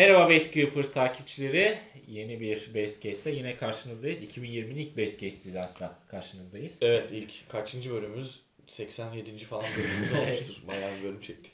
Merhaba Basekeepers takipçileri. Yeni bir Basecase'de yine karşınızdayız. 2020'nin ilk Basecase'iydi hatta karşınızdayız. Evet, ilk kaçıncı bölümümüz? 87. falan bölümümüz olmuştur. Bayağı bir bölüm çektik.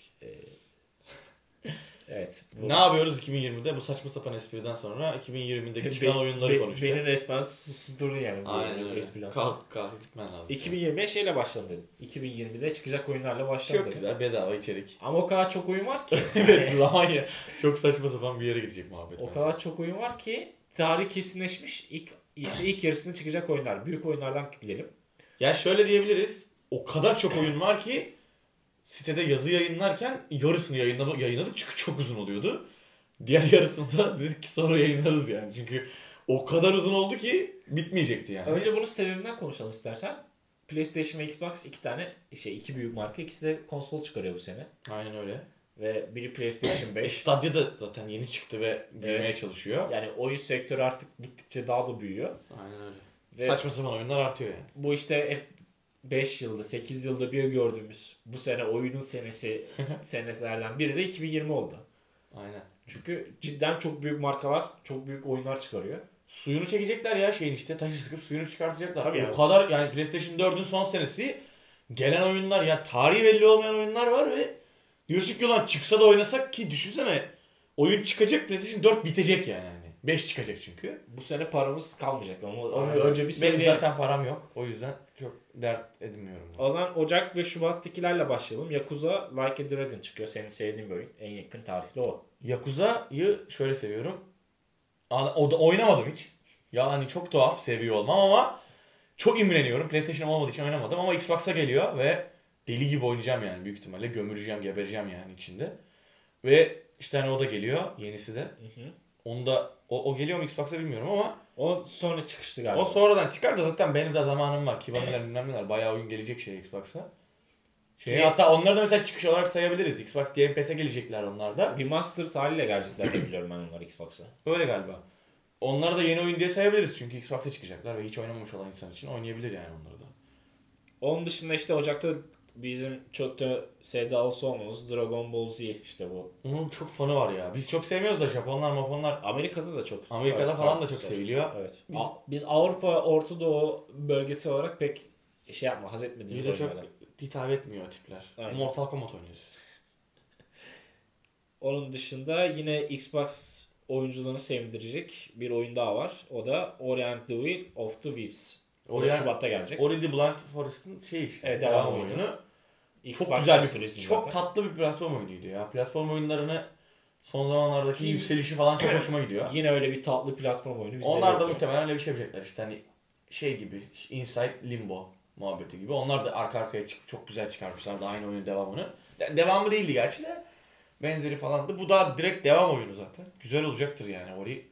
Evet. Ne yapıyoruz 2020'de? Bu saçma sapan espriden sonra 2020'deki çıkan oyunları konuşacağız. Beni resmen susturdu yani. Aynen öyle. Kalkıp gitmen lazım. 2020'ye şeyle başladım dedim. 2020'de çıkacak oyunlarla başladım. Çok güzel, bedava içerik. Ama o kadar çok oyun var ki. Evet, zaman ya. Çok saçma sapan bir yere gidecek muhabbet. O kadar çok oyun var ki tarih kesinleşmiş. İlk yarısında çıkacak oyunlar. Büyük oyunlardan gidelim. Ya şöyle diyebiliriz. O kadar çok oyun var ki sitede yazı yayınlarken yarısını yayınladık çünkü çok uzun oluyordu. Diğer yarısını da dedik ki sonra yayınlarız yani. Çünkü o kadar uzun oldu ki bitmeyecekti yani. Önce bunun sebebinden konuşalım istersen. PlayStation ve Xbox iki büyük marka. İkisi de konsol çıkarıyor bu sene. Aynen öyle. Ve biri PlayStation 5. Stadia da zaten yeni çıktı ve büyümeye çalışıyor. Yani oyun sektörü artık gittikçe daha da büyüyor. Aynen öyle. Ve saçma sapan oyunlar artıyor yani. bu işte hep 5 yılda 8 yılda bir gördüğümüz bu sene oyunun senelerden biri de 2020 oldu. Aynen. Çünkü cidden çok büyük markalar çok büyük oyunlar çıkarıyor. Suyunu çekecekler ya şeyin işte taşı sıkıp suyunu çıkartacaklar. Tabii yani. O kadar yani PlayStation 4'ün son senesi gelen oyunlar ya tarihi belli olmayan oyunlar var ve diyorsun ki ulan çıksa da oynasak ki düşünsene oyun çıkacak PlayStation 4 bitecek yani. 5 çıkacak çünkü. Bu sene paramız kalmayacak ama onu önce bir söyleyelim. Benim zaten param yok. O yüzden çok dert edinmiyorum. O zaman Ocak ve Şubat'takilerle başlayalım. Yakuza Like a Dragon çıkıyor. Senin sevdiğin bir oyun. En yakın tarihli o. Yakuza'yı şöyle seviyorum. O da oynamadım hiç. Ya hani çok tuhaf seviyor olmam ama çok imreniyorum. PlayStation olmadığı için oynamadım ama Xbox'a geliyor ve deli gibi oynayacağım yani büyük ihtimalle. Gömüleceğim, gebereceğim yani içinde. Ve işte hani o da geliyor. Yenisi de. Onu da o geliyor mu Xbox'a bilmiyorum ama o sonra çıkıştı galiba. O sonradan çıkar da zaten benim de zamanım var. Kivan'lar bilmem neler. Bayağı oyun gelecek Xbox'a. Hatta onları da mesela çıkış olarak sayabiliriz. Xbox Game Pass'e gelecekler onlar da. Remastered haliyle gelecekler diye biliyorum ben onları Xbox'a. Öyle galiba. Onları da yeni oyun diye sayabiliriz çünkü Xbox'a çıkacaklar ve hiç oynamamış olan insan için oynayabilir yani onları da. Onun dışında işte Ocak'ta bizim çok da sevdalısı olmamız Dragon Ball Z işte bu. Onun çok fanı var ya. Biz çok sevmiyoruz da Japonlar. Amerika'da da çok. Amerika'da falan da çok seviliyor. Evet. Biz Avrupa Orta Doğu bölgesi olarak pek haz etmediğimiz Bize çok oyunlardan. hitap etmiyor o tipler. Aynen. Mortal Kombat oynuyoruz. Onun dışında yine Xbox oyuncularını sevindirecek bir oyun daha var. O da Orient the Will of the Wisps. O da Şubat'ta gelecek. Ori the Blind Forest'ın işte. Evet, devam oyunu. Çok güzel çok tatlı bir platform oyunuydu ya. Platform oyunlarını son zamanlardaki yükselişi falan çok hoşuma gidiyor. Yine öyle bir tatlı platform oyunu. Onlar da muhtemelen öyle bir şey yapacaklar işte hani şey gibi Inside Limbo muhabbeti gibi. Onlar da arka arkaya çok güzel çıkarmışlar da aynı oyunun devamını. Devamı değildi gerçi de benzeri falandı. Bu da direkt devam oyunu zaten. Güzel olacaktır yani Ori.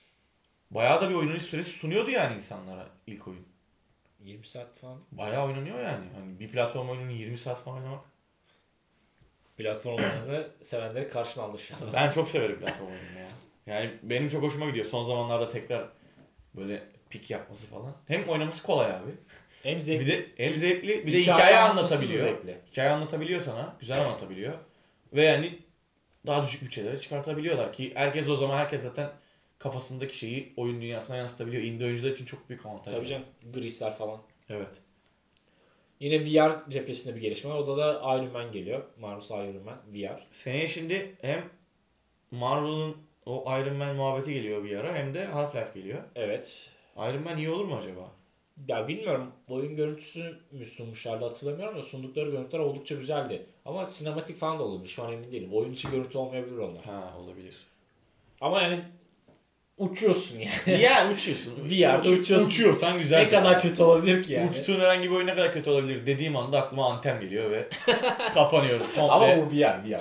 Bayağı da bir oynanış süresi sunuyordu yani insanlara ilk oyun. 20 saat falan. Bayağı oynanıyor yani. Hani bir platform oyununu 20 saat falan oynamak. Platform oyunlarını sevenleri karşına aldı şu an. Ben çok severim platform oyununu ya. Yani benim çok hoşuma gidiyor. Son zamanlarda tekrar böyle pik yapması falan. Hem oynaması kolay abi. Hem zevkli. Bir de hikaye anlatabiliyor. Hikaye anlatabiliyor sana. Güzel anlatabiliyor. Ve yani daha düşük bütçelere çıkartabiliyorlar ki herkes zaten kafasındaki şeyi oyun dünyasına yansıtabiliyor. Indie oyuncular için çok büyük avantaj. Tabii canım. Grisler falan. Evet. Yine VR cephesinde bir gelişme var. Orada da Iron Man geliyor. Marvel's Iron Man VR. Seneye şimdi hem Marvel'ın o Iron Man muhabbeti geliyor bir ara hem de Half-Life geliyor. Evet. Iron Man iyi olur mu acaba? Ya bilmiyorum. Oyun görüntüsü mü sunmuşlardı hatırlamıyorum da sundukları görüntüler oldukça güzeldi. Ama sinematik falan da olabilir. Şu an emin değilim. Oyun içi görüntü olmayabilir onlar. Ha olabilir. Ama yani uçuyorsun yani. Ya uçuyorsun. VR'da uçuyorsun. Uçuyorsan güzel. Ne kadar kötü olabilir ki yani. Uçtuğun herhangi bir oyun ne kadar kötü olabilir dediğim anda aklıma Anthem geliyor ve kapanıyorum komple. Ama bu VR.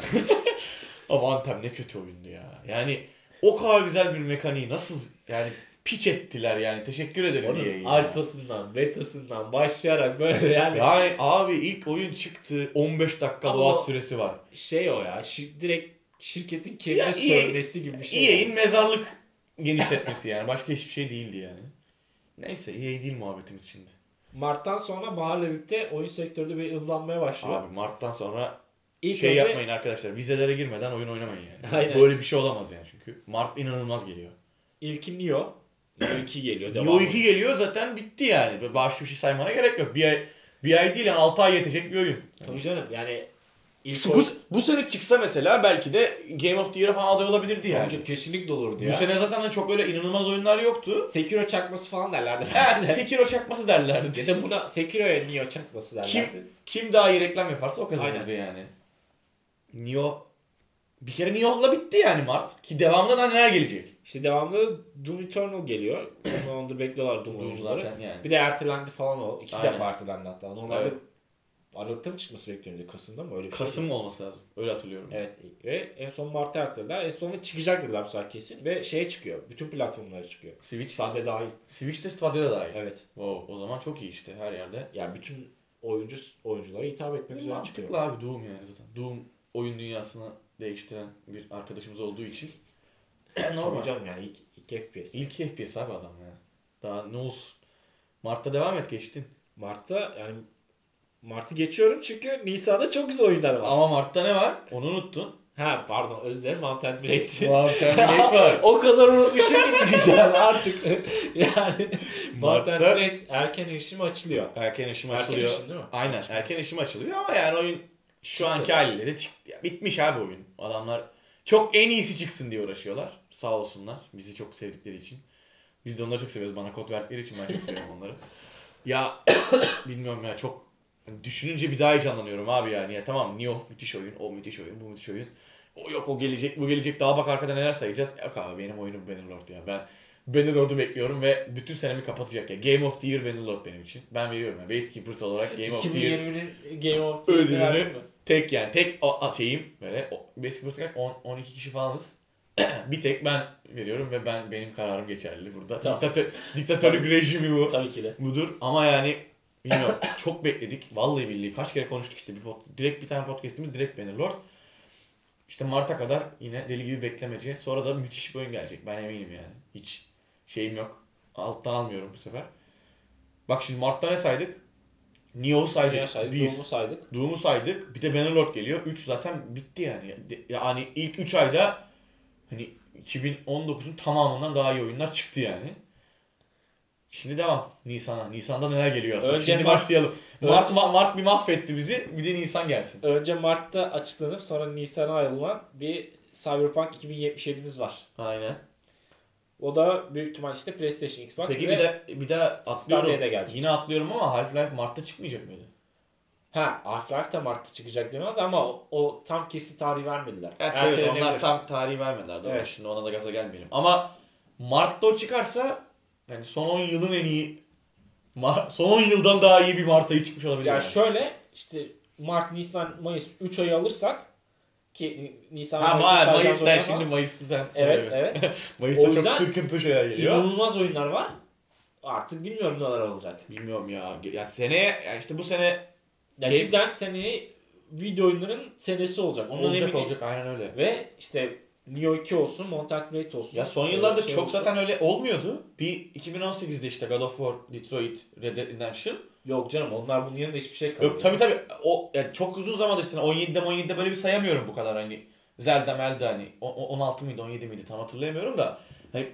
Ama Anthem ne kötü oyundu ya. Yani o kadar güzel bir mekaniği nasıl yani piç ettiler yani. Teşekkür ederiz onun alfasından, betasından başlayarak böyle yani. Yani abi ilk oyun çıktı 15 dakika load süresi var. Şey o ya direkt şirketin kendine sövmesi gibi bir şey. EA'in mezarlık genişletmesi yani. Başka hiçbir şey değildi yani. Neyse EA değil muhabbetimiz şimdi. Mart'tan sonra baharla birlikte oyun sektöründe bir hızlanmaya başlıyor. Abi Mart'tan sonra İlk şey önce yapmayın arkadaşlar. Vizelere girmeden oyun oynamayın yani. Aynen. Böyle bir şey olamaz yani çünkü. Mart inanılmaz geliyor. ilki Nioh. Nioh 2 geliyor. Nioh devamı. 2 geliyor zaten bitti yani. Başka bir şey saymana gerek yok. Bir ay değil yani 6 ay yetecek bir oyun. Tabii canım yani ilk Bu sene çıksa mesela belki de Game of the Year'a falan aday olabilirdi yani. Bence kesinlikle olurdu Bu ya. sene zaten çok öyle inanılmaz oyunlar yoktu. Sekiro çakması falan derlerdi. Ha, Sekiro çakması derlerdi. Ya da buna Sekiro'ya Nioh çakması derlerdi. Kim daha iyi reklam yaparsa o kazanırdı yani. Nioh bir kere Nioh'la bitti yani Mart. Ki devamında da neler gelecek? İşte devamlı Doom Eternal geliyor. Uzun zamandır bekliyorlar Doom Doom oyuncuları. zaten yani. Bir de ertelendi falan o. 2 Aynen. defa ertelendi hatta. Normalde Evet. Aralıkta mı çıkması bekleniyordu? Kasım'da mı? Öyle bir Kasım şey. mı olması lazım? Öyle hatırlıyorum. Evet. Ve en son Mart'a ertelediler. En sonunda çıkacak dediler bu sefer kesin. Ve şeye çıkıyor. Bütün platformlara çıkıyor. Switch. Stadia dahil. Switch'te Stadia'da dahil. Evet. Wow, o zaman çok iyi işte her yerde. Yani bütün oyunculara hitap etmek üzere çıkıyor. Mantıklı abi Doom yani zaten. Doom oyun dünyasını değiştiren bir arkadaşımız olduğu için. Normal. Tabii canım yani ilk FPS. İlk FPS abi adam ya. Daha ne olsun. Mart'ta devam et geçtin. Mart'ı geçiyorum çünkü Nisan'da çok güzel oyunlar var. Ama Mart'ta ne var? Onu unuttun. Ha pardon özür dilerim Mount and Blade. Mount var. O kadar unutmuşum ki çıkacağını artık. Yani Mount and Mart'ta- Blade erken erişim açılıyor. Erken erişim Erken açılıyor. erişim değil mi? Aynen erken erişim açılıyor ama yani oyun şu Çıktı. anki haliyle de çıktı. Ya, bitmiş abi oyun. Adamlar çok en iyisi çıksın diye uğraşıyorlar. Sağ olsunlar. Bizi çok sevdikleri için. Biz de onları çok seviyoruz. Bana kod verdikleri için ben çok seviyorum onları. Ya bilmiyorum ya çok düşününce bir daha heyecanlanıyorum abi yani. Ya tamam Nioh müthiş oyun, o müthiş oyun, bu müthiş oyun. O yok o gelecek, bu gelecek. Daha bak arkada neler sayacağız. Yok abi benim oyunum Bannerlord ya. Ben Bannerlord'u bekliyorum ve bütün senemi kapatacak ya. Game of the Year Bannerlord benim için. Ben veriyorum ya. Base Keepers olarak Game of the Year 2020'nin Game of the Year'ını ödülünü verdin mi? tek yani tek şeyim böyle Base Keepers olarak 12 kişi falanız. Bir tek ben veriyorum ve benim kararım geçerli burada. Tamam. Diktatörlük rejimi bu. Tabii ki de. Budur ama yani bilmiyorum çok bekledik. Vallahi billahi kaç kere konuştuk işte direkt bir tane podcast'imiz direkt Bannerlord. İşte Mart'a kadar yine deli gibi beklemeci. Sonra da müthiş bir oyun gelecek. Ben eminim yani. Hiç şeyim yok. Alttan almıyorum bu sefer. Bak şimdi Mart'ta ne saydık? Nioh'u saydık. Doom'u saydık. Doom'u saydık. Bir de Bannerlord geliyor. 3 zaten bitti yani. Yani ilk 3 ayda hani 2019'un tamamından daha iyi oyunlar çıktı yani. Şimdi devam Nisan'a. Nisan'da neler geliyor aslında? Önce Şimdi başlayalım. Mart bir mahvetti bizi. Bir de Nisan gelsin. Önce Mart'ta açıklanıp sonra Nisan'a ayrılan bir Cyberpunk 2077'miz var. Aynen. O da büyük ihtimal işte PlayStation, Xbox Peki ve bir de atlıyorum. Stadia'da gelecek. Yine atlıyorum ama Half-Life Mart'ta çıkmayacak mıydı? Half-Life de Mart'ta çıkacak deniyordu ama o tam kesin tarihi vermediler. Evet, Ertelenebilir. onlar tam tarihi vermediler. Doğru. Evet. Şimdi ona da gaza gelmeyelim. Ama Mart'ta o çıkarsa yani son 10 yılın en iyi son 10 yıldan daha iyi bir Mart ayı çıkmış olabilir. Yani şöyle işte Mart, Nisan, Mayıs 3 ayı alırsak ki Nisan, Mayıs sen şimdi Mayıs'ta sen. Evet. Mayıs'ta O çok yüzden sıkıntı şeyler geliyor. İnanılmaz oyunlar var. Artık bilmiyorum neler olacak. Bilmiyorum ya. Ya seneye yani işte bu sene Ya cidden seneye video oyunların senesi olacak. Ondan eminiz. olacak aynen öyle. Ve işte Nioh 2 olsun, Mount and Blade olsun. Ya son yıllarda Şey çok olsun. zaten öyle olmuyordu. Bir 2018'de işte God of War, Detroit, Red Dead Redemption. Yok canım onlar bunun yanında hiçbir şey kalmıyor. Yok tabii o yani çok uzun zamandır işte 17'de böyle bir sayamıyorum bu kadar hani Zelda Melda hani 16 mıydı 17 miydi tam hatırlayamıyorum da hani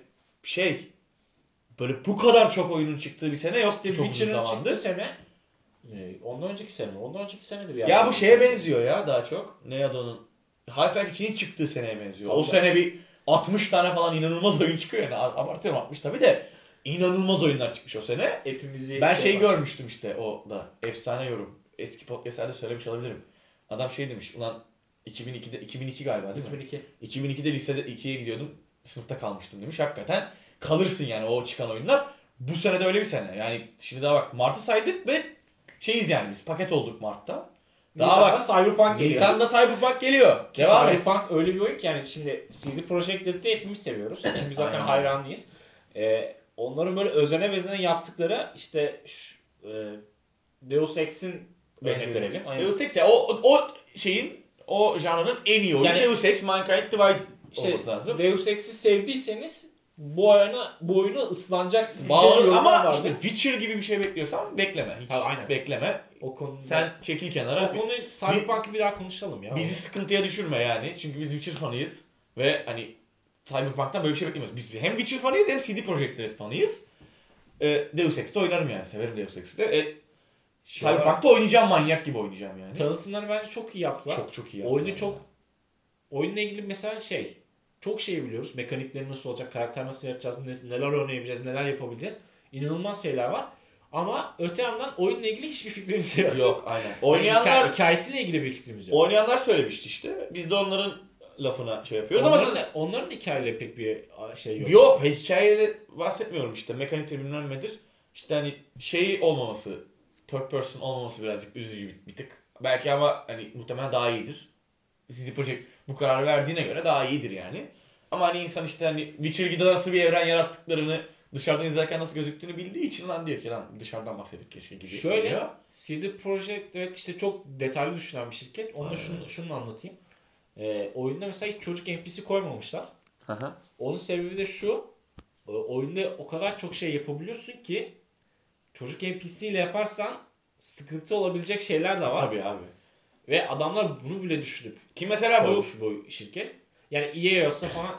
böyle bu kadar çok oyunun çıktığı bir sene yok İşte çok uzun Witcher'ın zamandır. çıktığı sene ondan önceki sene mi? Ondan önceki sene de bir Ya bu şeye benziyor ya daha çok. Ne adı onun? Half-Life 2'nin çıktığı seneye benziyor. Tabii. O sene bir 60 tane falan inanılmaz oyun çıkıyor yani. Abartıyorum 60 tabii de inanılmaz oyunlar çıkmış o sene. Hepimizi Ben görmüştüm işte o da efsane yorum. Eski podcastlerde söylemiş olabilirim. Adam şey demiş ulan 2002 galiba değil mi? 2002. 2002'de lisede 2'ye gidiyordum. Sınıfta kalmıştım demiş. Hakikaten kalırsın yani o çıkan oyunlar. Bu sene de öyle bir sene. Yani şimdi daha bak Mart'ı saydık ve şeyiz yani biz paket olduk Mart'ta. Daha Nisan'da Cyberpunk geliyor. Nisan'da Cyberpunk geliyor. Devam et. Cyberpunk öyle bir oyun ki yani şimdi CD Projekt Red'i hepimiz seviyoruz. Hepimiz zaten Aynen. hayranlıyız. Onların böyle özene bezene yaptıkları işte Deus Ex'in örnek verelim. Hani Deus Ex ya o şeyin o janrın en iyi oyunu Yani- Deus Ex Mankind Divide İşte olması lazım. Deus Ex'i sevdiyseniz bu oyunu ıslanacaksın. Ama işte Witcher gibi bir şey bekliyorsan bekleme. Hiç aynen. Bekleme. O konuda, sen çekil kenara. O konuyu Cyberpunk'ı bir daha konuşalım ya. Bizi sıkıntıya düşürme yani. Çünkü biz Witcher fanıyız. Ve hani Cyberpunk'tan böyle bir şey beklemiyoruz. Biz hem Witcher fanıyız hem CD Projekt Red fanıyız. Deus Ex'te oynarım yani. Severim Deus Ex'te. Cyberpunk'ta oynayacağım, manyak gibi oynayacağım yani. Tanıtımlarını bence çok iyi yaptılar. Çok iyi yaptılar. Oyunla ilgili mesela çok şey biliyoruz. Mekanikleri nasıl olacak, karakter nasıl yapacağız, neler oynayabileceğiz, neler yapabileceğiz. İnanılmaz şeyler var. Ama öte yandan oyunla ilgili hiçbir fikrimiz yok. Yok, aynen. Oynayanlar hikayesiyle ilgili bir fikrimiz yok. Oynayanlar söylemişti işte. Biz de onların lafına yapıyoruz onların hikayeyle pek bir şey yok. Yok, hikayeyle bahsetmiyorum işte. Mekanikte bilmem nedir. İşte hani olmaması, third person olmaması birazcık üzücü bir tık. Belki ama hani muhtemelen daha iyidir. CD Projekt bu kararı verdiğine göre daha iyidir yani. Ama hani insan işte hani Witcher 2'de nasıl bir evren yarattıklarını dışarıdan izlerken nasıl gözüktüğünü bildiği için diyor ki dışarıdan bakıyorduk keşke gibi. Şöyle CD Projekt evet işte çok detaylı düşünen bir şirket. Onu şunu anlatayım. Oyunda mesela hiç çocuk NPC koymamışlar. Aha. Onun sebebi de şu. Oyunda o kadar çok şey yapabiliyorsun ki çocuk NPC ile yaparsan sıkıntı olabilecek şeyler de var. Tabii abi. Ve adamlar bunu bile düşünüp ki mesela bu şirket. Yani EA olsa falan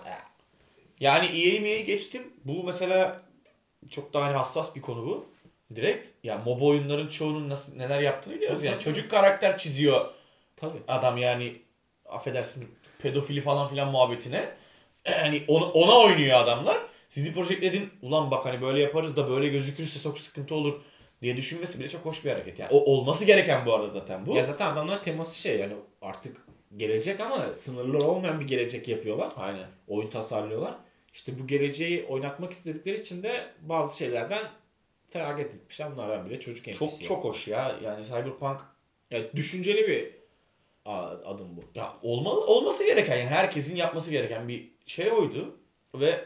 yani EA'yi geçtim. Bu mesela çok daha hani hassas bir konu bu. Direkt. Ya MOBA oyunların çoğunun neler yaptığını biliyoruz. Tabii, yani çocuk karakter çiziyor. Tabii. Adam yani affedersin pedofili falan filan muhabbetine. Yani ona oynuyor adamlar. CD Projekt Red'in ulan bak hani böyle yaparız da böyle gözükürse çok sıkıntı olur diye düşünmesi bile çok hoş bir hareket. Yani o olması gereken bu arada zaten bu. Ya zaten adamlar teması yani artık gelecek ama sınırlı olmayan bir gelecek yapıyorlar. Aynen. Oyun tasarlıyorlar. İşte bu geleceği oynatmak istedikleri için de bazı şeylerden feragat etmişler. Bunlardan bile çocuk NPC. Çok hoş ya. Yani Cyberpunk düşünceli bir adım bu. Ya olması gereken yani herkesin yapması gereken bir şey oydu ve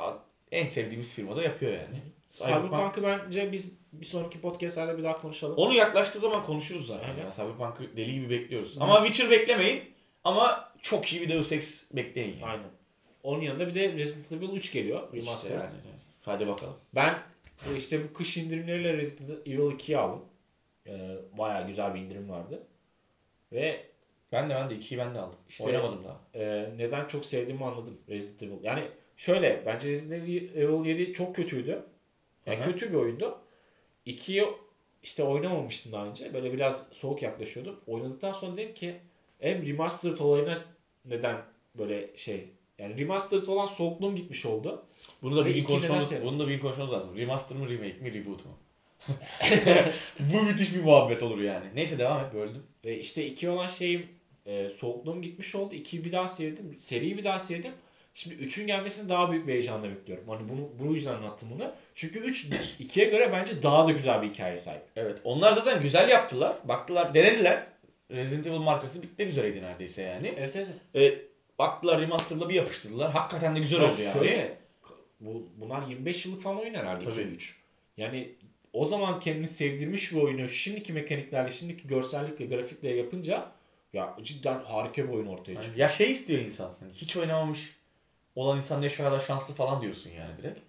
en sevdiğimiz firma da yapıyor yani. Cyberpunk'ı bence biz bir sonraki podcastlerde bir daha konuşalım. Onu yaklaştığı zaman konuşuruz zaten. Yani Cyberpunk'ı deli gibi bekliyoruz. Ama Witcher beklemeyin. Ama çok iyi bir Deus Ex bekleyin yani. Aynen. Onun yanında bir de Resident Evil 3 geliyor. Remastered. Yani. Hadi bakalım. Ben işte bu kış indirimleriyle Resident Evil 2'yi aldım. Bayağı güzel bir indirim vardı. Ve ben de 2'yi ben de aldım. İşte, oynamadım daha. Neden çok sevdiğimi anladım Resident Evil. Yani şöyle bence Resident Evil 7 çok kötüydü. Yani kötü bir oyundu. 2'yi işte oynamamıştım daha önce. Böyle biraz soğuk yaklaşıyordum. Oynadıktan sonra dedim ki hem remastered olayına neden böyle yani remastered olan soğukluğum gitmiş oldu. Bunu da bir gün konuşmamız lazım. Remaster mı, remake mi, reboot mu? Bu müthiş bir muhabbet olur yani. Neyse devam et, böldüm. Ve işte 2 olan soğukluğum gitmiş oldu. 2'yi bir daha sevdim. Seriyi bir daha sevdim. Şimdi 3'ün gelmesini daha büyük bir heyecanla bekliyorum. Hani bu yüzden anlattım bunu. Çünkü 3 2'ye göre bence daha da güzel bir hikaye sahip. Evet. Onlar zaten güzel yaptılar. Baktılar, denediler. Resident Evil markası bitmek üzereydi neredeyse yani. Evet. Baktılar remaster'la bir yapıştırdılar. Hakikaten de güzel oldu yani. Şöyle, bunlar 25 yıllık falan oyun herhalde 2-3. Yani o zaman kendini sevdirmiş bir oyunu şimdiki mekaniklerle, şimdiki görsellikle, grafikle yapınca ya cidden harika bir oyun ortaya çıkıyor. Ya istiyor insan. Yani hiç oynamamış olan insan ne kadar şanslı falan diyorsun yani direkt.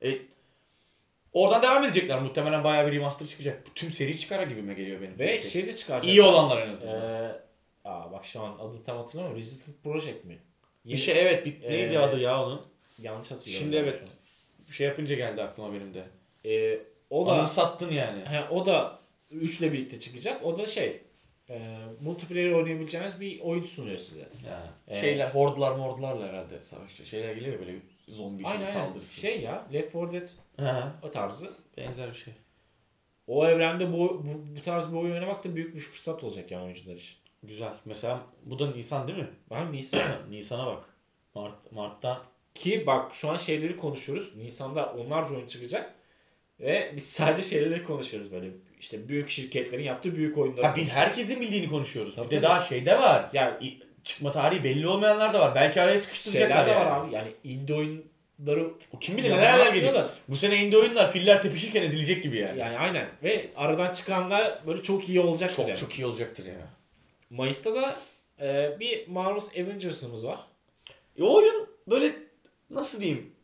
Oradan devam edecekler. Muhtemelen bayağı bir remaster çıkacak. Tüm seri çıkar gibime geliyor benim. Ve de çıkaracak. İyi olanlar en azından. Bak şu an adını tam hatırlamıyorum. Resident Project mi? Neydi adı ya onun? Yanlış hatırlıyorum. Şimdi evet. Bir şey yapınca geldi aklıma benim de. O da anımsattın yani. O da 3 ile birlikte çıkacak. O da multiplayer oynayabileceğiniz bir oyun sunuyor size. Hordlarla herhalde savaşta. Şeyler geliyor böyle zombi saldırısı. Left 4 Dead o tarzı. Benzer bir şey. O evrende bu tarz bir oyun oynamak da büyük bir fırsat olacak yani oyuncular için. Güzel. Mesela bu da Nisan değil mi? Nisan. Nisan'a bak. Mart'tan. Ki bak şu an şeyleri konuşuyoruz. Nisan'da onlarca oyun çıkacak. Ve biz sadece şeyleri konuşuyoruz böyle. İşte büyük şirketlerin yaptığı büyük oyunları. Biz herkesin bildiğini konuşuyoruz. Tabii, bir de daha de var. Yani çıkma tarihi belli olmayanlar da var. Belki araya sıkıştıracaklar şeyler de var abi. Yani indie oyunları kim bilir neler gelecek. Bu sene indie oyunlar filler tepişirken ezilecek gibi yani. Yani aynen. Ve aradan çıkanlar böyle çok iyi olacaktır Çok iyi olacaktır ya. Mayıs'ta da bir Marvel's Avengers'ımız var. O oyun böyle nasıl diyeyim?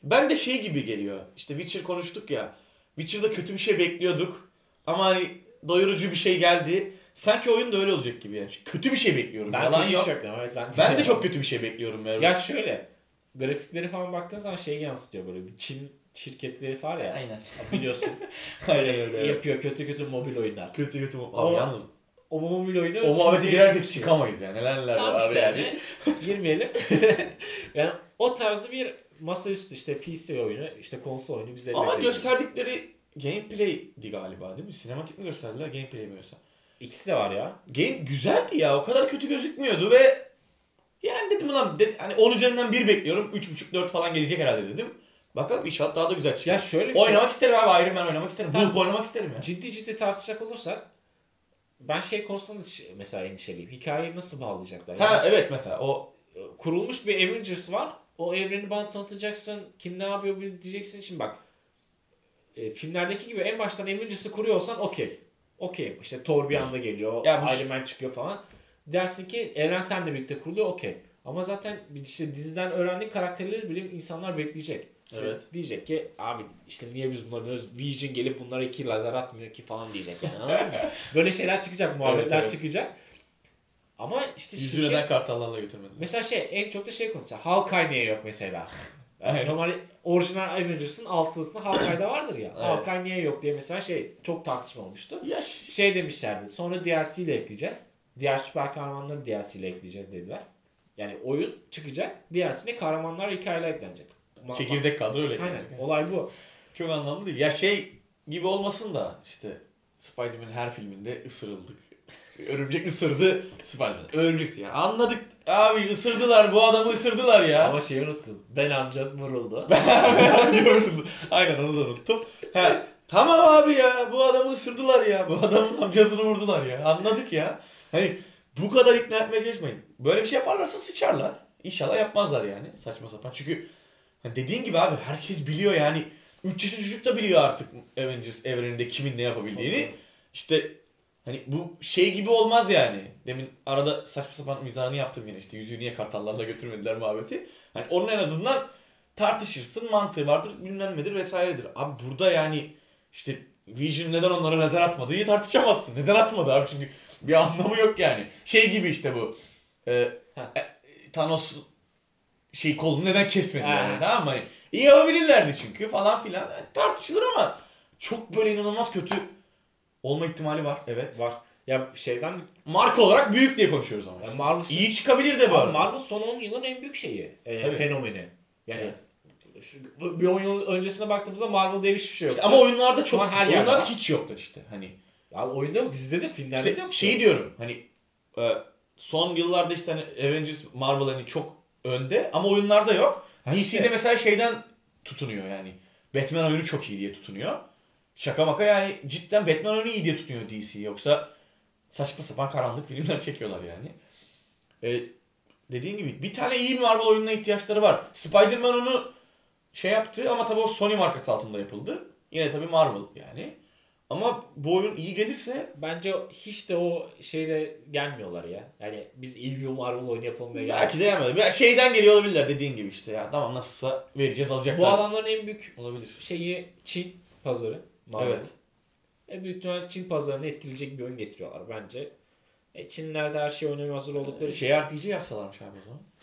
Ben de şey gibi geliyor. İşte Witcher konuştuk ya. Witcher'da kötü bir şey bekliyorduk. Ama hani doyurucu bir şey geldi. Sanki oyun da öyle olacak gibi yani. Kötü bir şey bekliyorum. Ben Yalan kötü yok. bir şey bekliyorum. Evet, Ben de çok kötü bir şey bekliyorum. Ya şöyle, grafikleri falan baktığın zaman şeyi yansıtıyor böyle. Bir Çin şirketleri var ya. Aynen. Biliyorsun. Aynen öyle. Yapıyor kötü mobil oyunlar. Kötü. O- Abi yalnız O mobil oyunu... o muhabbete kimse girersek yapmıyor. çıkamayız yani. Neler Tamam var işte yani. girmeyelim. Yani o tarzda bir masaüstü işte PC oyunu, işte konsol oyunu bize Ama bekliyor. gösterdikleri gameplay'di galiba değil mi? Sinematik mi gösterdiler, gameplay mi yoksa? İkisi de var ya. Game güzeldi ya. O kadar kötü gözükmüyordu ve yani dedim ulan hani 10 üzerinden 1 bekliyorum. 3.5-4 falan gelecek herhalde dedim. Bakalım inşallah daha da güzel çıkar. Ya şöyle bir şey. Oynamak isterim abi. Iron Man oynamak isterim. Tamam. Hulk oynamak isterim ya. Ciddi tartışacak olursak ben şey konusunda mesela endişeliyim. Hikayeyi nasıl bağlayacaklar? Yani Ha evet mesela o kurulmuş bir Avengers var. O evreni bana tanıtacaksın. Kim ne yapıyor diyeceksin. Şimdi bak filmlerdeki gibi en baştan Avengers'ı kuruyorsan okey. Okey. İşte Thor bir anda geliyor. Ya bu- Iron Man çıkıyor falan. Dersin ki evren seninle birlikte kuruluyor okey. Ama zaten işte diziden öğrendiğin karakterleri bile insanlar bekleyecek. Evet. Diyecek ki abi işte niye biz bunları biliyoruz? Vision gelip bunlara 2 lazer atmıyor ki falan diyecek yani. Anladın mı? Böyle şeyler çıkacak, muhabbetler Evet. çıkacak. Ama işte yüzü neden kartallarla götürmediler? mesela en çok da şey konuşuyor. Hawkeye niye yok mesela? Yani Aynen. normal orijinal Avengers'ın altısında Hawkeye'da vardır ya. Evet. Hawkeye niye yok diye mesela çok tartışma olmuştu. Ya Şey demişlerdi. Sonra DLC ile ekleyeceğiz. Diğer süper kahramanları DLC ile ekleyeceğiz dediler. Yani oyun çıkacak. DLC'ne kahramanlar hikayeyle eklenecek. çekirdek kadro öyle. Aynen. gelecek. Olay bu. Çok anlamlı değil. Ya şey gibi olmasın da işte Spider-Man'in her filminde ısırıldık. Örümcek ısırdı Spider-Man. Örümcek ya. Anladık abi ısırdılar bu adamı ısırdılar ya. Ama şeyi unuttun. Ben amcası vuruldu. Diyoruz. Aynen onu da unuttum. He, tamam abi ya bu adamı ısırdılar ya. Bu adamın amcasını vurdular ya. Anladık ya. Hani bu kadar ikna etmeye çalışmayın. Böyle bir şey yaparlarsa sıçarlar. İnşallah yapmazlar yani. Saçma sapan. Çünkü hani dediğin gibi abi herkes biliyor yani. 3 yaşında çocuk da biliyor artık Avengers evreninde kimin ne yapabildiğini. İşte hani bu şey gibi olmaz yani. Demin arada saçma sapan mizahını yaptım yine işte yüzüğü niye kartallarla götürmediler muhabbeti. Hani onun en azından tartışırsın mantığı vardır bilmem nedir vesairedir. Abi burada yani işte Vision neden onlara lazer atmadı diye tartışamazsın. Neden atmadı abi çünkü bir anlamı yok yani. Şey gibi işte bu. Thanos şey kolunu neden kesmedi yani tamam mı? Hani iyi yapabilirlerdi çünkü falan filan. Yani tartışılır ama çok böyle inanılmaz kötü olma ihtimali var. Evet. Var. Ya şeyden Marka olarak büyük diye konuşuyoruz ama. ya Marvel İyi çıkabilir de bu Abi arada. Marvel son 10 yılın en büyük şeyi. Tabii. Fenomeni. Yani Evet. bir 10 yıl öncesine baktığımızda Marvel diye hiçbir şey yok. İşte ama oyunlarda Şu an çok her yerde oyunlarda var. hiç yoklar işte. Hani Ya oyunda yok, dizide de, filmlerde işte de yok. şeyi diyorum. Hani son yıllarda işte hani Avengers, Marvel hani çok önde ama oyunlarda yok. Ha DC'de işte. mesela şeyden tutunuyor yani. Batman oyunu çok iyi diye tutunuyor. Şaka maka yani cidden Batman oyunu iyi diye tutunuyor DC. Yoksa saçma sapan karanlık filmler çekiyorlar yani. Dediğin gibi bir tane iyi bir Marvel oyununa ihtiyaçları var. Spider-Man onu şey yaptı ama tabii o Sony markası altında yapıldı. Yine tabii Marvel yani. Ama bu oyun iyi gelirse Bence hiç de o şeyle gelmiyorlar ya. Yani biz iyi bir Marvel oyunu yapalım diye belki de gelmedi. Bir şeyden geliyor olabilirler dediğin gibi işte ya. Tamam nasılsa vereceğiz alacaklar. Bu alanların en büyük olabilir. şeyi Çin pazarı. Marvel. Evet. Büyük ihtimalle Çin pazarını etkileyecek bir oyun getiriyorlar bence. Çinliler de her şey oynamaya hazır oldukları için. Şey RPG yapsalarmış abi o zaman.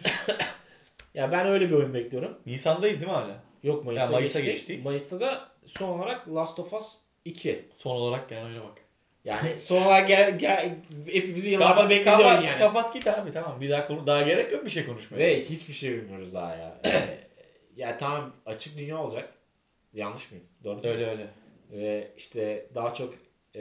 Ya ben öyle bir oyun bekliyorum. Nisan'dayız değil mi hala? Yok Mayıs'a, Mayıs'a geçtik. geçtik. Mayıs'ta da son olarak Last of Us 2. Son olarak gelen oyuna bak. Yani son olarak hepimizi yıllardan beklediği oyun yani. Kapat git abi tamam. Bir daha daha gerek yok bir şey konuşmaya. Ve hiçbir şey bilmiyoruz daha ya. Ya tamam açık dünya olacak. Yanlış mıyım? Doğru mu? Öyle. Ve işte daha çok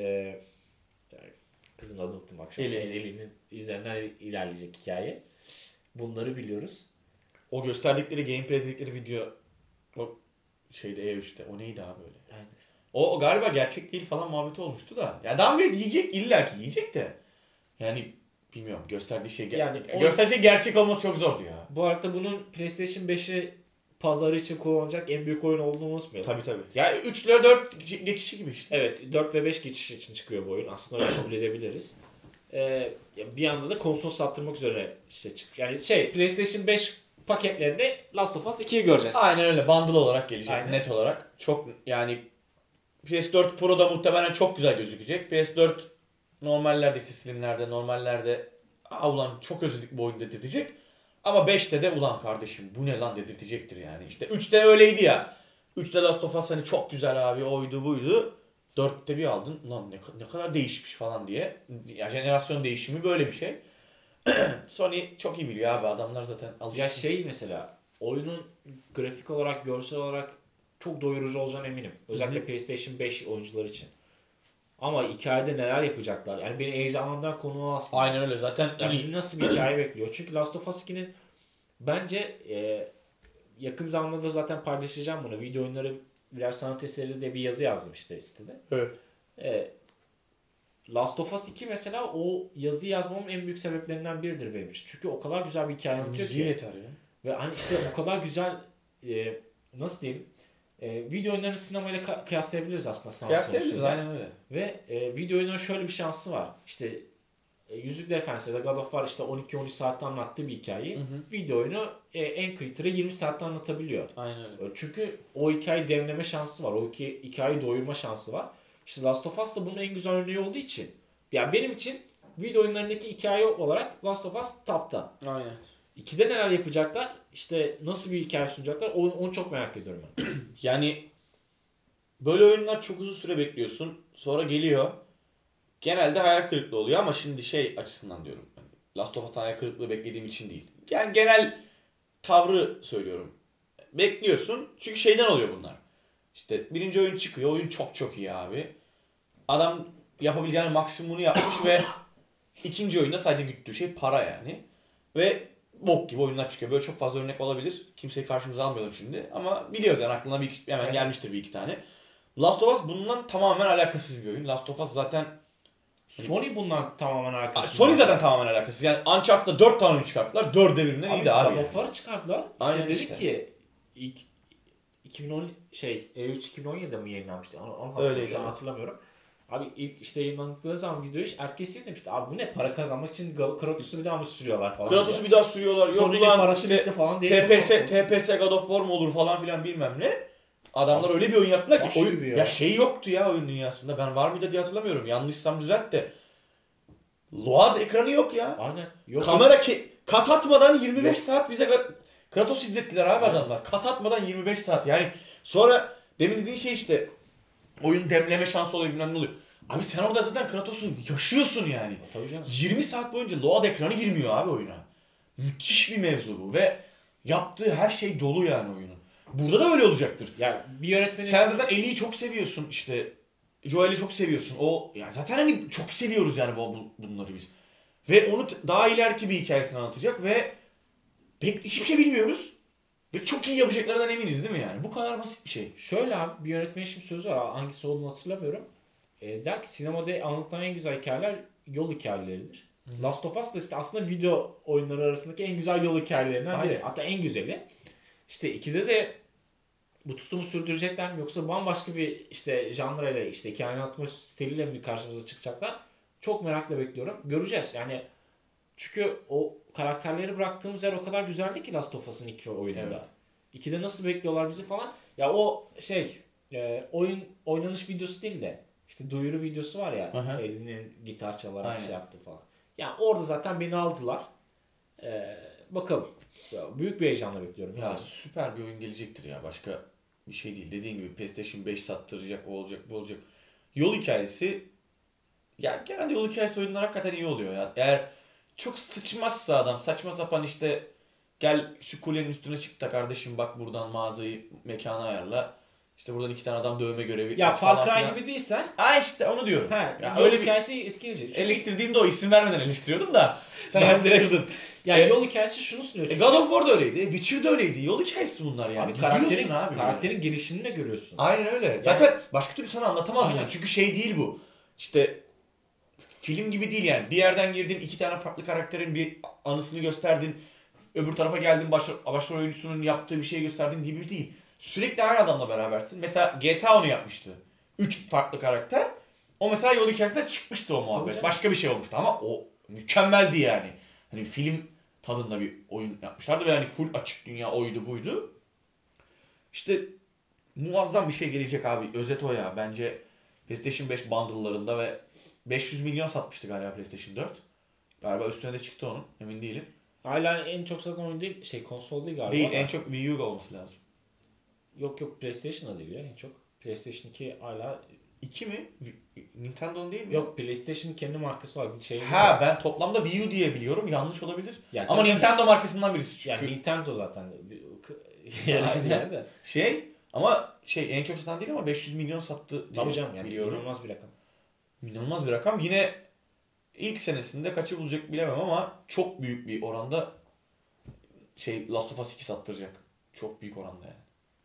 yani kızın adını unuttum bak şu an. Eli. Eli'nin üzerinden ilerleyecek hikaye. Bunları biliyoruz. O gösterdikleri gameplay dedikleri video o şeyde E3'te o neydi abi öyle? Yani O galiba gerçek değil falan muhabbeti olmuştu da. Ya adam bile diyecek illa ki yiyecek de. Yani bilmiyorum gösterdiği şey gösterdiği şey gerçek olması çok zordu ya. bu arada bunun PlayStation 5'i pazarı için kullanılacak en büyük oyun olduğunu unutmayalım. Tabii. Yani 3 ile 4 geçişi gibi işte. Evet 4 ve 5 geçiş için çıkıyor bu oyun. Aslında öyle kabul edebiliriz. Bir anda da konsol sattırmak üzere işte çıkıyor. Yani PlayStation 5 paketlerinde Last of Us 2'yi göreceğiz. Aynen öyle. Bundle olarak gelecek. Aynen. Net olarak. Çok yani PS4 Pro'da muhtemelen çok güzel gözükecek. PS4 normallerde işte slimlerde normallerde ulan çok özledik bu oyunu dedirtecek. Ama 5'te de ulan kardeşim bu ne lan dedirtecektir yani. İşte 3'te öyleydi ya. 3'te Last of Us hani çok güzel abi oydu buydu. 4'te bir aldın ulan ne kadar değişmiş falan diye. Ya jenerasyon değişimi böyle bir şey. Sony çok iyi biliyor abi, adamlar zaten alışık. Ya mesela oyunun grafik olarak, görsel olarak çok doyurucu olacağına eminim. Özellikle PlayStation 5 oyuncular için. Ama hikayede neler yapacaklar? Yani beni heyecanlandıran konu o aslında. Aynen öyle zaten. Yani bizi nasıl bir hikaye bekliyor? Çünkü Last of Us 2'nin bence yakın zamanda da zaten paylaşacağım bunu. Video oyunları birer sanat eseri diye bir yazı yazdım işte sitede. Evet. Last of Us 2 mesela o yazı yazmamın en büyük sebeplerinden biridir benim için. Çünkü o kadar güzel bir hikaye anlatıyor ki. Yeter ya. Ve hani işte o kadar güzel nasıl diyeyim video oyunlarını sinemayla kıyaslayabiliriz aslında sanat Kıyaslayabiliriz konusunda. aynen öyle. Ve video oyunların şöyle bir şansı var. İşte Yüzükler Efendisi ya da God of War işte 12-13 saatte anlattığı bir hikayeyi video oyunu en kıytırı 20 saatte anlatabiliyor. Aynen öyle. Çünkü o hikayeyi demleme şansı var. O hikayeyi doyurma şansı var. İşte Last of Us da bunun en güzel örneği olduğu için. Yani benim için video oyunlarındaki hikaye olarak Last of Us top'ta. Aynen. 2'de neler yapacaklar? İşte nasıl bir hikaye sunacaklar? Onu çok merak ediyorum ben. Yani böyle oyunlar çok uzun süre bekliyorsun. Sonra geliyor. Genelde hayal kırıklığı oluyor ama şimdi şey açısından diyorum. Last of Us'tan hayal kırıklığı beklediğim için değil. Yani genel tavrı söylüyorum. Bekliyorsun. Çünkü şeyden oluyor bunlar. İşte birinci oyun çıkıyor. Oyun çok iyi abi. Adam yapabileceğinin maksimumunu yapmış ve ikinci oyunda sadece güttüğü şey para yani. Ve bok gibi oyunlar çıkıyor. Böyle çok fazla örnek olabilir. Kimseyi karşımıza almayalım şimdi. Ama biliyoruz yani aklına hemen gelmiştir bir iki tane. Last of Us bundan tamamen alakasız bir oyun. Last of Us zaten Sony bundan tamamen alakasız. Sony zaten tamamen alakasız. Yani Uncharted'da 4 tane oyun çıkarttılar. 4 de birbirinden iyiydi abi. God of War'ı çıkardılar. Aynen İşte dedik işte. ki 2010 E3 2017'de mi yayınlanmıştı? Onu Öyleydi, şu an evet. hatırlamıyorum. Abi ilk işte yayınlandıkları zaman videoyu ertesi yıl demişti. Abi bu ne, para kazanmak için Kratos'u bir daha mı sürüyorlar falan. Kratos'u bir daha sürüyorlar. Yok Sony'nin lan parası işte bitti falan diye. TPS God of War mu olur falan filan bilmem ne. Adamlar öyle bir oyun yaptılar ki oyun ya şey yoktu ya oyun dünyasında. Ben var mıydı diye hatırlamıyorum. Yanlışsam düzelt de. Load ekranı yok ya. Aynen. Yok. Kamera kat atmadan 25 yok. saat bize Kratos izlettiler abi adamlar. Kat atmadan 25 saat. Yani sonra demin dediğin şey işte oyun demleme şansı oluyor bilmem ne oluyor. Abi sen orada zaten Kratos'u yaşıyorsun yani. Tabii canım. 20 saat boyunca load ekranı girmiyor abi oyuna. Müthiş bir mevzu bu ve yaptığı her şey dolu yani oyunun. Burada da öyle olacaktır. Ya bir yönetmenin... Sen zaten Ellie'yi çok seviyorsun işte. Joel'i çok seviyorsun. O yani zaten hani çok seviyoruz yani bunları biz. Ve onu daha ileriki bir hikayesini anlatacak ve pek hiçbir şey bilmiyoruz. Ve çok iyi yapacaklarından eminiz değil mi yani? Bu kadar basit bir şey. Şöyle abi bir yönetmenin şimdi sözü var. Hangisi olduğunu hatırlamıyorum. Der ki sinemada anlatılan en güzel hikayeler yol hikayeleridir. Hı-hı. Last of Us da işte aslında video oyunları arasındaki en güzel yol hikayelerinden biri. Hatta en güzeli. İşte 2'de de bu tutumu sürdürecekler mi yoksa bambaşka bir işte janrayla işte hikaye anlatma stiliyle mi karşımıza çıkacaklar? Çok merakla bekliyorum. Göreceğiz. Yani çünkü o karakterleri bıraktığımız yer o kadar güzeldi ki Last of Us'ın ilk oyununda. Evet. 2'de nasıl bekliyorlar bizi falan. Ya o oynanış videosu değil de işte duyuru videosu var ya. Ellie'nin gitar çalarak şey yaptı falan. Yani orada zaten beni aldılar. Bakalım. Ya, büyük bir heyecanla bekliyorum. Ya süper bir oyun gelecektir ya. Başka bir şey değil. Dediğin gibi PlayStation 5 sattıracak, o olacak, bu olacak. Yol hikayesi ya genelde yol hikayesi oyunlar hakikaten iyi oluyor ya. Eğer çok sıçmazsa adam, saçma sapan işte gel şu kulenin üstüne çık da kardeşim bak buradan mağazayı, mekanı ayarla. İşte buradan 2 tane adam dövme görevi. Ya Far Cry gibi değilsen. İşte onu diyorum. Ya öyle bir hikayesi etkileyici. Çünkü... Eleştirdiğimde o isim vermeden eleştiriyordum da. Sen yanlıştırdın. Yani yol hikayesi şunu sunuyor. Çünkü... God of War da öyleydi. Witcher da öyleydi. Yol hikayesi bunlar yani. Abi karakterin gelişimini de görüyorsun. Aynen öyle. Yani... Zaten başka türlü sana anlatamaz yani. Çünkü şey değil bu. İşte film gibi değil yani. Bir yerden girdin 2 tane farklı karakterin bir anısını gösterdin. Öbür tarafa geldin başrol oyuncusunun yaptığı bir şey gösterdin gibi değil. Sürekli aynı adamla berabersin. Mesela GTA onu yapmıştı. 3 farklı karakter. O mesela yol hikayesinden çıkmıştı o muhabbet. Başka bir şey olmuştu ama o mükemmeldi yani. Hani film tadında bir oyun yapmışlardı ve yani full açık dünya oydu buydu. İşte muazzam bir şey gelecek abi. Özet o ya. Bence PlayStation 5 bundle'larında ve 500 milyon satmıştı galiba PlayStation 4. Galiba üstüne de çıktı onun. Emin değilim. Hala en çok satan oyun değil, konsol değil galiba. Değil, en çok Wii U olması lazım. Yok PlayStation'da değil ya en çok. PlayStation 2 hala 2 mi? Nintendo'nun değil mi? yok, PlayStation'ın kendi markası var. Bir şey Ha, ben toplamda Wii U diye biliyorum. Yanlış olabilir. Ya, ama Nintendo markasından birisi çünkü. Yani Nintendo zaten yarıştı yani de. En çok satan değil ama 500 milyon sattı diye Tabii canım, yani biliyorum. inanılmaz bir rakam. İnanılmaz bir rakam. Yine ilk senesinde kaçı bulacak bilemem ama çok büyük bir oranda Last of Us 2 sattıracak. Çok büyük oranda yani.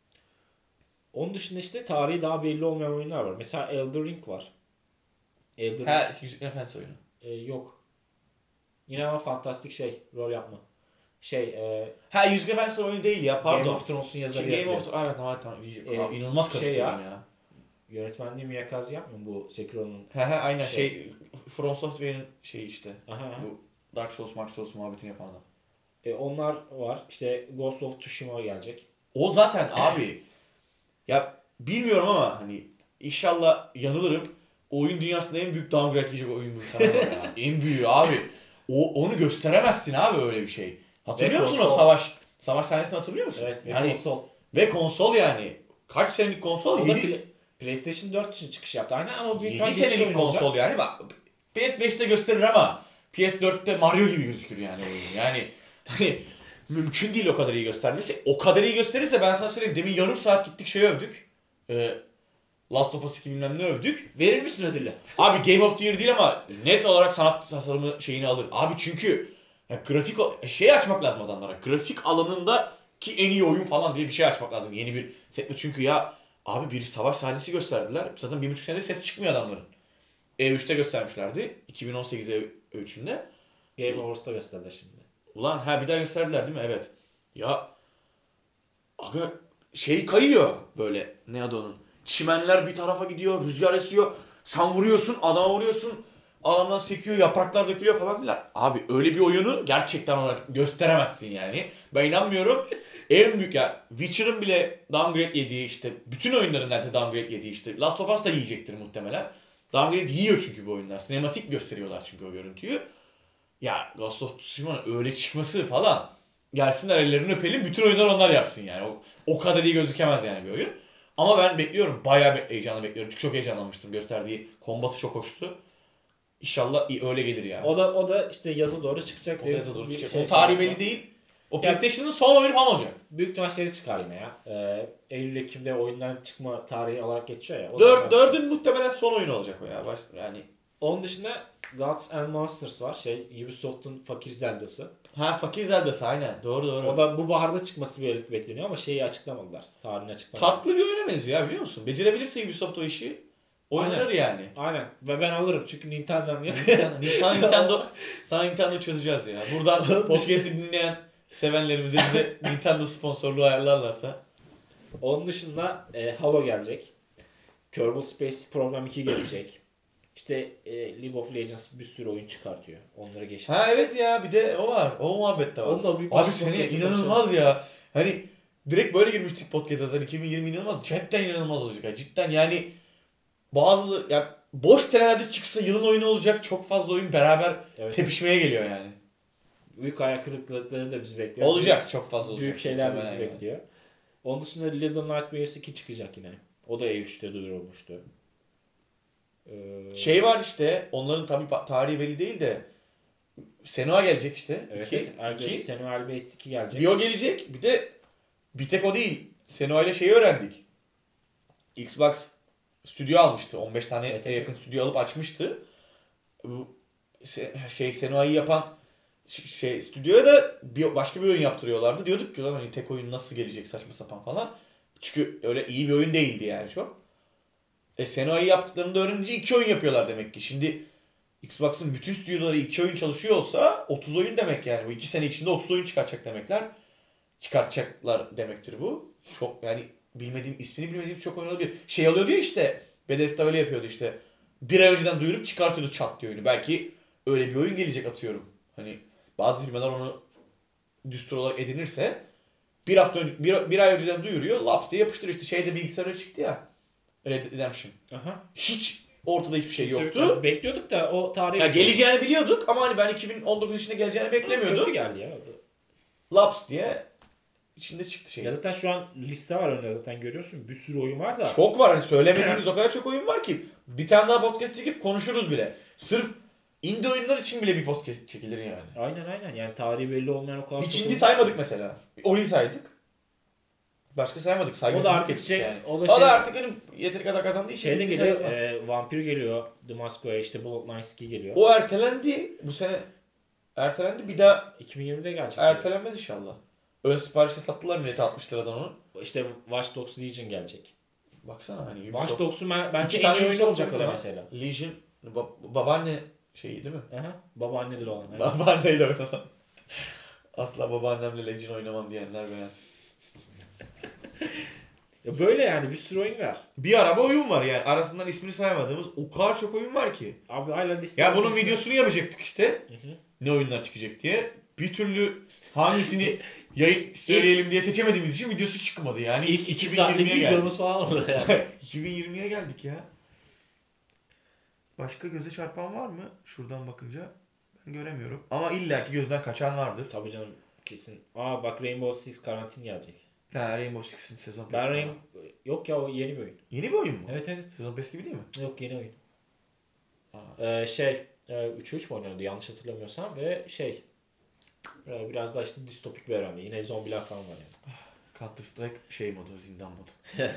Onun dışında işte tarihi daha belli olmayan oyunlar var. Mesela Elden Ring var. Yüzüklerin Efendisi oyunu. Yok. Yine ama fantastik rol yapma. Yüzüklerin Efendisi oyunu değil ya, pardon. Game of Thrones'un yazarı Game yazıyor. of Thrones, tamam. İnanılmaz karıştırdım ya. Yönetmenliği Miyakaze yapmıyor bu Sekiro'nun? Aynen From Software'in işte. Aha. Bu Dark Souls muhabbetini yapan adam. Onlar var. İşte Ghost of Tsushima gelecek. O zaten abi. Ya bilmiyorum ama hani inşallah yanılırım. O oyun dünyasında en büyük downgrade diyecek oyun bu sana ya. En büyüğü abi. Onu gösteremezsin abi öyle bir şey. Hatırlıyor musun o savaş sahnesini hatırlıyor musun? Evet, yani, konsol. Ve konsol yani. Kaç senelik konsol? O da PlayStation 4 için çıkış yaptı. Aynen ama 7 senelik konsol olacak. Yani. Bak PS5'te gösterir ama PS4'te Mario gibi gözükür yani oyun. Yani hani mümkün değil o kadar iyi göstermesi. O kadar iyi gösterirse ben sana söyleyeyim. Demin yarım saat gittik övdük. Last of Us 2 bilmem ne övdük. Verir misin ödülü? Abi Game of the Year değil ama net olarak sanat tasarımı şeyini alır. Abi çünkü grafik açmak lazım adamlara. Grafik alanında ki en iyi oyun falan diye bir şey açmak lazım. Yeni bir sekme çünkü ya abi bir savaş sahnesi gösterdiler. Zaten 1,5 senedir ses çıkmıyor adamların. E3'te göstermişlerdi. 2018 E3'ünde. Game Awards'ta gösterdiler şimdi. Ulan bir daha gösterdiler değil mi? Evet. Ya aga kayıyor böyle. Ne adı onun? Çimenler bir tarafa gidiyor, rüzgar esiyor. Sen vuruyorsun, adama vuruyorsun. Adamdan sekiyor, yapraklar dökülüyor falan filan. Abi öyle bir oyunu gerçekten olarak gösteremezsin yani. Ben inanmıyorum. En büyük ya Witcher'ın bile downgrade yediği işte bütün oyunların neredeyse downgrade yediği işte Last of Us da yiyecektir muhtemelen. Downgrade yiyor çünkü bu oyunlar. Sinematik gösteriyorlar çünkü o görüntüyü. Ya Ghost of Tsushima'nın öyle çıkması falan. Gelsinler ellerini öpelim bütün oyunlar onlar yapsın yani. O kadar iyi gözükemez yani bir oyun. Ama ben bekliyorum. Bayağı heyecanla bekliyorum. Çünkü çok heyecanlanmıştım. Gösterdiği kombatı çok hoştu. İnşallah öyle gelir ya. O da işte yaza doğru çıkacak. O da yaza doğru çıkacak. O tarihi belli değil. O PlayStation'ın son oyunu falan olacak. Büyük ihtimal çıkar yine ya. Eylül-Ekim'de oyundan çıkma tarihi olarak geçiyor ya. 4'ün muhtemelen son oyunu olacak o ya. Yani. Onun dışında Gods and Monsters var. Ubisoft'un fakir Zelda'sı. Fakir Zelda'sı aynen. Doğru. O da bu baharda çıkması bekleniyor ama açıklamadılar. Tarihini açıklamadılar. Tatlı bir oyuna benziyor ya biliyor musun? Becerebilirse Ubisoft o işi oynanır yani. Aynen. Ve ben alırım çünkü Nintendo'm ya. Sana Nintendo çözeceğiz ya. Buradan podcast'i dinleyen sevenlerimize bize Nintendo sponsorluğu ayarlarlarsa. Onun dışında Halo gelecek. Kerbal Space Program 2 gelecek. İşte League of Legends bir sürü oyun çıkartıyor. Onları geçti. Evet ya bir de o var. O muhabbet de var. Abi seneye inanılmaz ya. Hani direkt böyle girmiştik podcast'a zaten 2020 inanılmaz. Cidden inanılmaz olacak. Yani cidden yani bazı boş senelerde çıksa yılın oyunu olacak çok fazla oyun beraber tepişmeye geliyor yani. Büyük ayak kırıklıkları da bizi bekliyor. Olacak çok fazla olacak. Büyük şeyler bizi bekliyor. Onun dışında Little Nightmares 2 çıkacak yine. O da E3'te duyurulmuştu. Var işte onların tabii tarihi belli değil de Senua gelecek işte. Evet. Senua Elbette 2 gelecek. Bir o gelecek bir de bir tek o değil. Senua ile öğrendik. Xbox stüdyo almıştı. 15 tane yakın stüdyo alıp açmıştı. Bu Senua'yı yapan stüdyoya da başka bir oyun yaptırıyorlardı. Diyorduk ki lan hani tek oyun nasıl gelecek saçma sapan falan. Çünkü öyle iyi bir oyun değildi yani çok. Senua'yı yaptıklarını da öğrenince 2 oyun yapıyorlar demek ki. Şimdi Xbox'ın bütün stüdyoları 2 oyun çalışıyor olsa 30 oyun demek yani. Bu 2 sene içinde 30 oyun çıkartacaklar demektir bu. Çok yani ismini bilmediğim çok oyun olabilir. Alıyordu ya işte Bethesda öyle yapıyordu işte. Bir ay önceden duyurup çıkartıyordu çat diye oyunu. Belki öyle bir oyun gelecek atıyorum. Hani bazı firmalar onu düstur olarak edinirse bir hafta önce, bir ay önceden duyuruyor. Laps diye yapıştırıyor. İşte şeyde bilgisayara çıktı ya. Red Dead Redemption. Aha. Hiç ortada hiçbir şey Kimse yoktu. bekliyorduk da o tarihi... Ya geleceğini biliyorduk ama hani ben 2019 içinde geleceğini beklemiyordum. Kötü geldi ya. Laps diye içinde çıktı şey. Ya zaten şu an liste var önünde zaten görüyorsun. Bir sürü oyun var da. Çok var hani söylemediğimiz o kadar çok oyun var ki. Bir tane daha podcast çekip konuşuruz bile. Sırf indie oyunlar için bile bir podcast çekilir yani. Aynen. Yani tarihi belli olmayan o kadar Hiç çok indie oyun- saymadık mesela. Ori saydık. Başka saymadık. O da Saygısızlık artık ettik şey... yani. O da O da artık hani yeteri kadar kazandığı için Şeyde indie geliyor, sayılmaz. Vampir geliyor, The Masquerade, işte Bloodlines 2 geliyor. O ertelendi. Bu sene ertelendi. Bir daha 2020'de gelecek. ertelenmez inşallah. Ön siparişte sattılar millete 60 liradan onu. İşte Watch Dogs Legion gelecek. Baksana hani Watch Dogs'un bence İki en tane iyi oyunu Ubisoft olacak o da oyunu var. mesela. Legion babaanne şeyi değil mi? Aha, babaanneli olan. Evet. Babaanneyle oynanan. Asla babaannemle Legion oynamam diyenler beyaz. Ya böyle yani bir sürü oyun var. Bir araba oyun var yani. Arasından ismini saymadığımız o kadar çok oyun var ki. Abi hala liste. Ya bunun videosunu yapacaktık işte. Hı hı. Ne oyunlar çıkacak diye. Bir türlü hangisini yayın söyleyelim diye seçemediğimiz için videosu çıkmadı yani. İlk 2 saatlik 2020'ye geldik. videomuz falan oldu yani. 2020'ye geldik ya. Başka göze çarpan var mı? Şuradan bakınca ben göremiyorum. Ama illaki gözden kaçan vardır. Tabii canım kesin. Aa bak Rainbow Six Karantin gelecek. Ha, Rainbow Six'in sezon Ben passi var. Yok ya o yeni bir oyun. Yeni bir oyun mu? Evet. Sezon pass gibi değil mi? Yok yeni oyun. Aa. 3'e 3 mü oynuyordu yanlış hatırlamıyorsam ve biraz daha işte distopik bir evrende. Yine zombiler falan var yani. Counter Strike şey modu, zindan modu.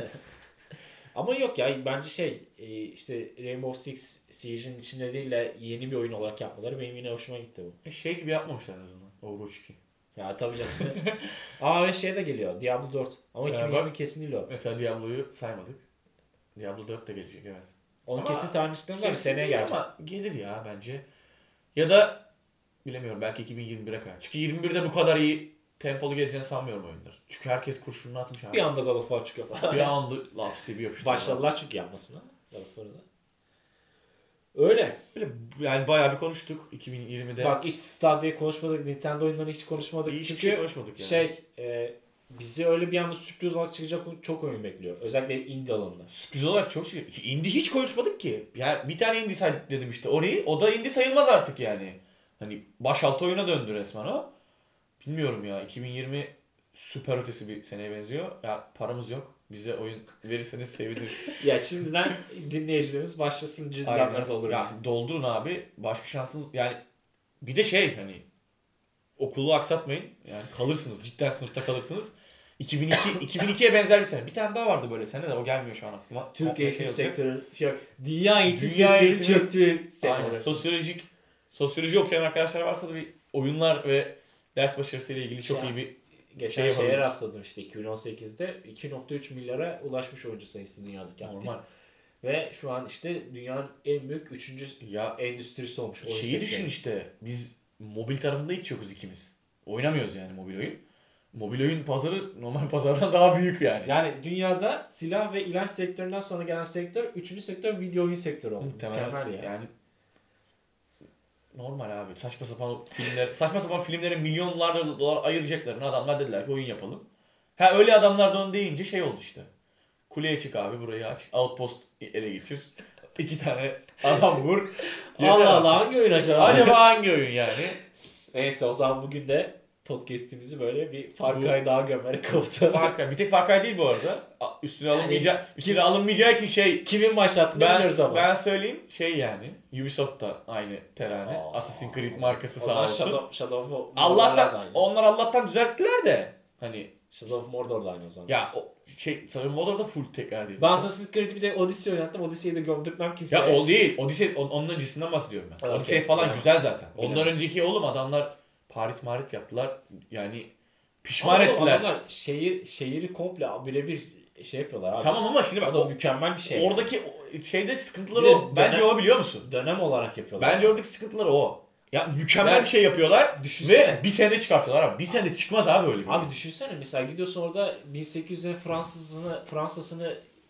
Ama yok ya bence işte Rainbow Six Siege'in içinde değil de yeni bir oyun olarak yapmaları benim yine hoşuma gitti bu. Şey gibi yapmamışlar en azından. Overwatch 2. Ya tabii canım. Ve şey de geliyor Diablo 4 ama 2020 kesin değil o. Mesela Diablo'yu saymadık. Diablo 4 de gelecek evet. Onun Ama kesin tarihçilikten var kesin seneye değil gelecek. ama gelir ya bence. Ya da bilemiyorum belki 2021'e kadar. Çünkü 21'de bu kadar iyi tempolu geleceğini sanmıyorum oyunlar. Çünkü herkes kurşununu atmış abi. Bir anda God of War çıkıyor falan. Bir anda laps diye bir yapıştırıyor. Başladılar çünkü yapmasına. God of War'ı da. Öyle. Böyle yani bayağı bir konuştuk 2020'de. Bak hiç Stadia'yı konuşmadık, Nintendo oyunlarını hiç konuşmadık. Hiçbir Çünkü şey konuşmadık yani. bizi öyle bir anda sürpriz olarak çıkacak çok oyun bekliyor. Özellikle indie alanında. Sürpriz olarak çok şey. Indie hiç konuşmadık ki. Yani bir tane indie saydık dedim işte. Orayı. O da indie sayılmaz artık yani. Hani başaltı oyuna döndü resmen o. Bilmiyorum ya. 2020 süper ötesi bir seneye benziyor. Ya paramız yok. Bize oyun verirseniz seviniriz. Ya şimdiden dinleyicilerimiz başlasın cüzdanları doldurun. Ya doldurun abi. Başka şansınız yani bir de hani okulu aksatmayın. Yani kalırsınız. Cidden sınıfta kalırsınız. 2002'ye benzer bir sene. Bir tane daha vardı böyle sene de o gelmiyor şu an aklıma. Türk eğitim olacak. sektörü, dünya eğitim Dünya sektörü eğitimi- çöktü sene Aynen. olarak. Sosyoloji okuyan arkadaşlar varsa da bir oyunlar ve ders başarısıyla ilgili çok iyi bir Geçen şey şeye yapabiliriz. rastladım işte 2018'de 2.3 milyara ulaşmış oyuncu sayısı dünyadaki aktif. Normal. Ve şu an işte dünyanın en büyük 3. Ya endüstrisi olmuş. oyun şeyi sektörü. düşün işte. Biz mobil tarafında hiç yokuz ikimiz. Oynamıyoruz yani mobil oyun. Mobil oyun pazarı normal pazardan daha büyük yani. Yani dünyada silah ve ilaç sektöründen sonra gelen sektör 3. sektör video oyun sektörü oldu. Muhtemelen Mükemmel ya. yani normal abi. Saçma sapan filmlere milyonlarca dolar ayıracaklarını adamlar dediler ki oyun yapalım. Öyle adamlar da onu deyince şey oldu işte. Kuleye çık abi burayı aç. Outpost ele geçir. 2 tane adam vur. Yeter Allah abi. Allah hangi oyun acaba? Acaba hangi oyun yani? Neyse o zaman bugün de podcast'imizi böyle bir Far Cry daha gömerek kapatalım. Bir tek Far Cry değil bu arada. Üstüne alınmayacağı için Kimin başlattığını bilmiyoruz ama. ben söyleyeyim yani. Ubisoft da aynı terane. Assassin's Creed markası sağ olsun. Shadow of Mordor'da da aynı. Onlar Allah'tan düzelttiler de hani Shadow of Mordor'da aynı o zaman. ya sanırım Mordor'da full tekrar diyor. Ben Assassin's Creed'i bir de Odyssey oynattım. Odyssey'i de gömdürtmem kimseye. Ya o değil. Odyssey onun öncesinden bahsediyorum ben. Okay. Odyssey falan Yani. güzel zaten. Yine. Ondan önceki oğlum adamlar Paris yaptılar. Yani pişman Ama ettiler. adamlar şehri komple birebir şey yapıyorlar abi. Tamam ama şimdi bak O da mükemmel bir şey. oradaki şeyde sıkıntıları Bir de o. Bence o biliyor musun? Dönem olarak yapıyorlar. Bence oradaki sıkıntıları o. Ya mükemmel Yani bir şey yapıyorlar düşünsene. ve bir senede çıkartıyorlar abi. Bir senede çıkmaz abi öyle bir. Abi düşünsene mesela gidiyorsun orada 1800'lerin Fransa'sını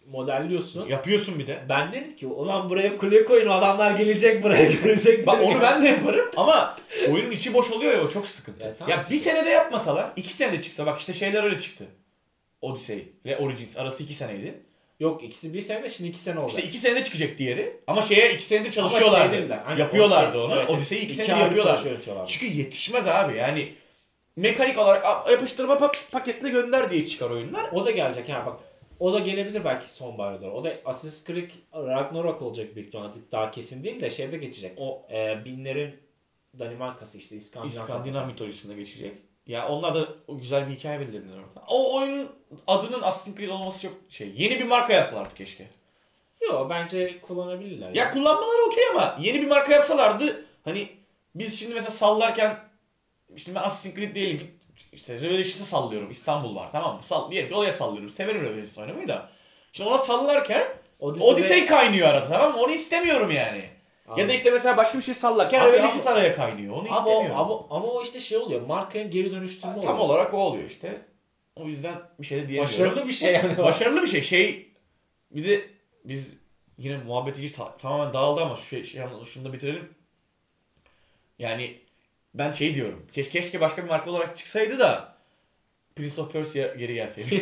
modelliyorsun. Yapıyorsun bir de. Ben dedim ki ulan buraya kule koyun, adamlar gelecek buraya görecek. Bak onu ben de yaparım ama oyunun içi boş oluyor ya, o çok sıkıntı. Ya, tamam bir senede yapmasalar, 2 senede çıksa, bak işte şeyler öyle çıktı. Odyssey ve Origins arası 2 seneydi. Yok, ikisi bir sene, şimdi 2 sene oldu. İşte 2 senede çıkacak diğeri ama şeye 2 senedir Ama çalışıyorlardı. şey dediler, hani yapıyorlardı onu. evet, Odyssey'i 2 iki senedir aylık yapıyorlar. çalışıyorlar. Çünkü yetişmez abi yani. Mekanik olarak yapıştırma paketle gönder diye çıkar oyunlar. O da gelecek ha bak. O da gelebilir belki sonbahara doğru. O da Assassin's Creed Ragnarok olacak büyük ihtimalle. Daha kesin değil de şeyde geçecek. O binlerin Danimarkası işte İskandinav mitolojisine geçecek. Ya onlar da o güzel bir hikaye belirlediler orada. O oyunun adının Assassin's Creed olması çok şey. Yeni bir marka yapsalardı keşke. Yok, bence kullanabilirler. Ya kullanmaları okey ama yeni bir marka yapsalardı, hani biz şimdi mesela sallarken, şimdi ben Assassin's Creed diyelim ki işte Revelations'a sallıyorum. İstanbul var, tamam mı? Diyelim ki oraya sallıyorum. Severim Revelations oynamayı da. Şimdi ona sallarken Odyssey kaynıyor arada, tamam mı? Onu istemiyorum yani. Abi. Ya da işte mesela başka bir şey sallarken Revelations araya kaynıyor. Onu istemiyorum. Ama o işte şey oluyor. Markaya geri dönüştürme oluyor. Tam olarak o oluyor işte. O yüzden bir şey de diyemiyorum. Başarılı bir şey yani. Başarılı bir şey. Bir de biz yine muhabbetici tamamen dağıldı ama şunu da bitirelim. Yani ben şey diyorum. Keşke başka bir marka olarak çıksaydı da Prince of Persia geri gelseydi.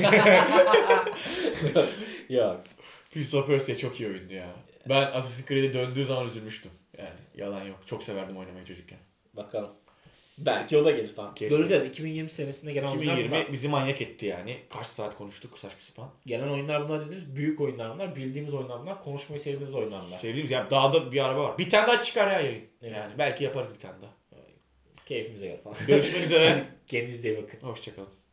Ya. Prince of Persia çok iyi oyundu ya. Ben Assassin's Creed'e döndüğü zaman üzülmüştüm. Yani yalan yok. Çok severdim oynamayı çocukken. Bakalım. Belki o da gelir falan. Keşke. Göreceğiz. 2020 senesinde gelen 2020 oyunlar bizi manyak etti yani. Kaç saat konuştuk saçma sapan. gelen oyunlar bunlar dediğimiz büyük oyunlar bunlar. Bildiğimiz oyunlar bunlar. Konuşmayı sevdiğimiz oyunlar bunlar. Sevdiğimiz ya, dağda bir araba var. Bir tane daha çıkar ya yayın. Evet. Yani belki yaparız bir tane daha. Keyfimize göre falan. Görüşmek üzere. Kendinize iyi bakın. Hoşçakalın.